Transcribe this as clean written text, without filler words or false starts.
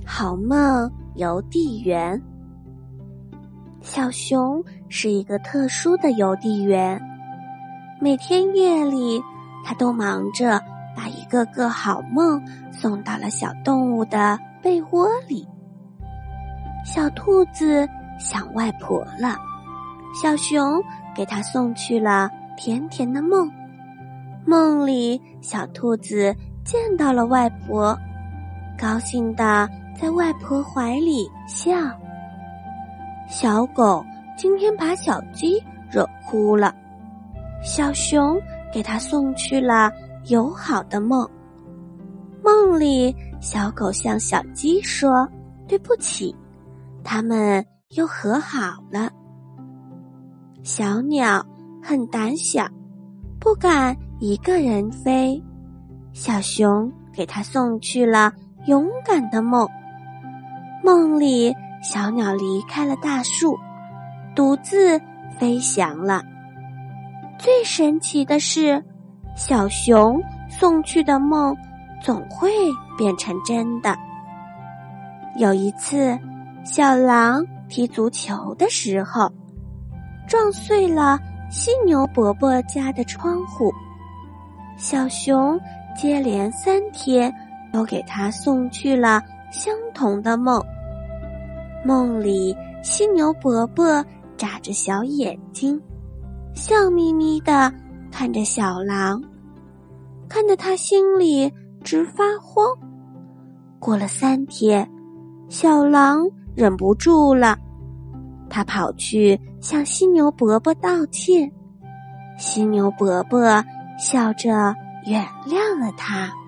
好梦邮递员。小熊是一个特殊的邮递员，每天夜里，他都忙着把一个个好梦送到了小动物的被窝里。小兔子想外婆了，小熊给它送去了甜甜的梦。梦里，小兔子见到了外婆，高兴地在外婆怀里笑。小狗今天把小鸡惹哭了，小熊给它送去了友好的梦。梦里，小狗向小鸡说对不起，他们又和好了。小鸟很胆小，不敢一个人飞，小熊给它送去了勇敢的梦。梦里，小鸟离开了大树，独自飞翔了。最神奇的是，小熊送去的梦总会变成真的。有一次，小狼踢足球的时候，撞碎了犀牛伯伯家的窗户。小熊接连3天都给他送去了相同的梦。梦里，犀牛伯伯眨着小眼睛，笑眯眯地看着小狼，看得他心里直发慌。过了3天，小狼忍不住了，他跑去向犀牛伯伯道歉。犀牛伯伯笑着原谅了他。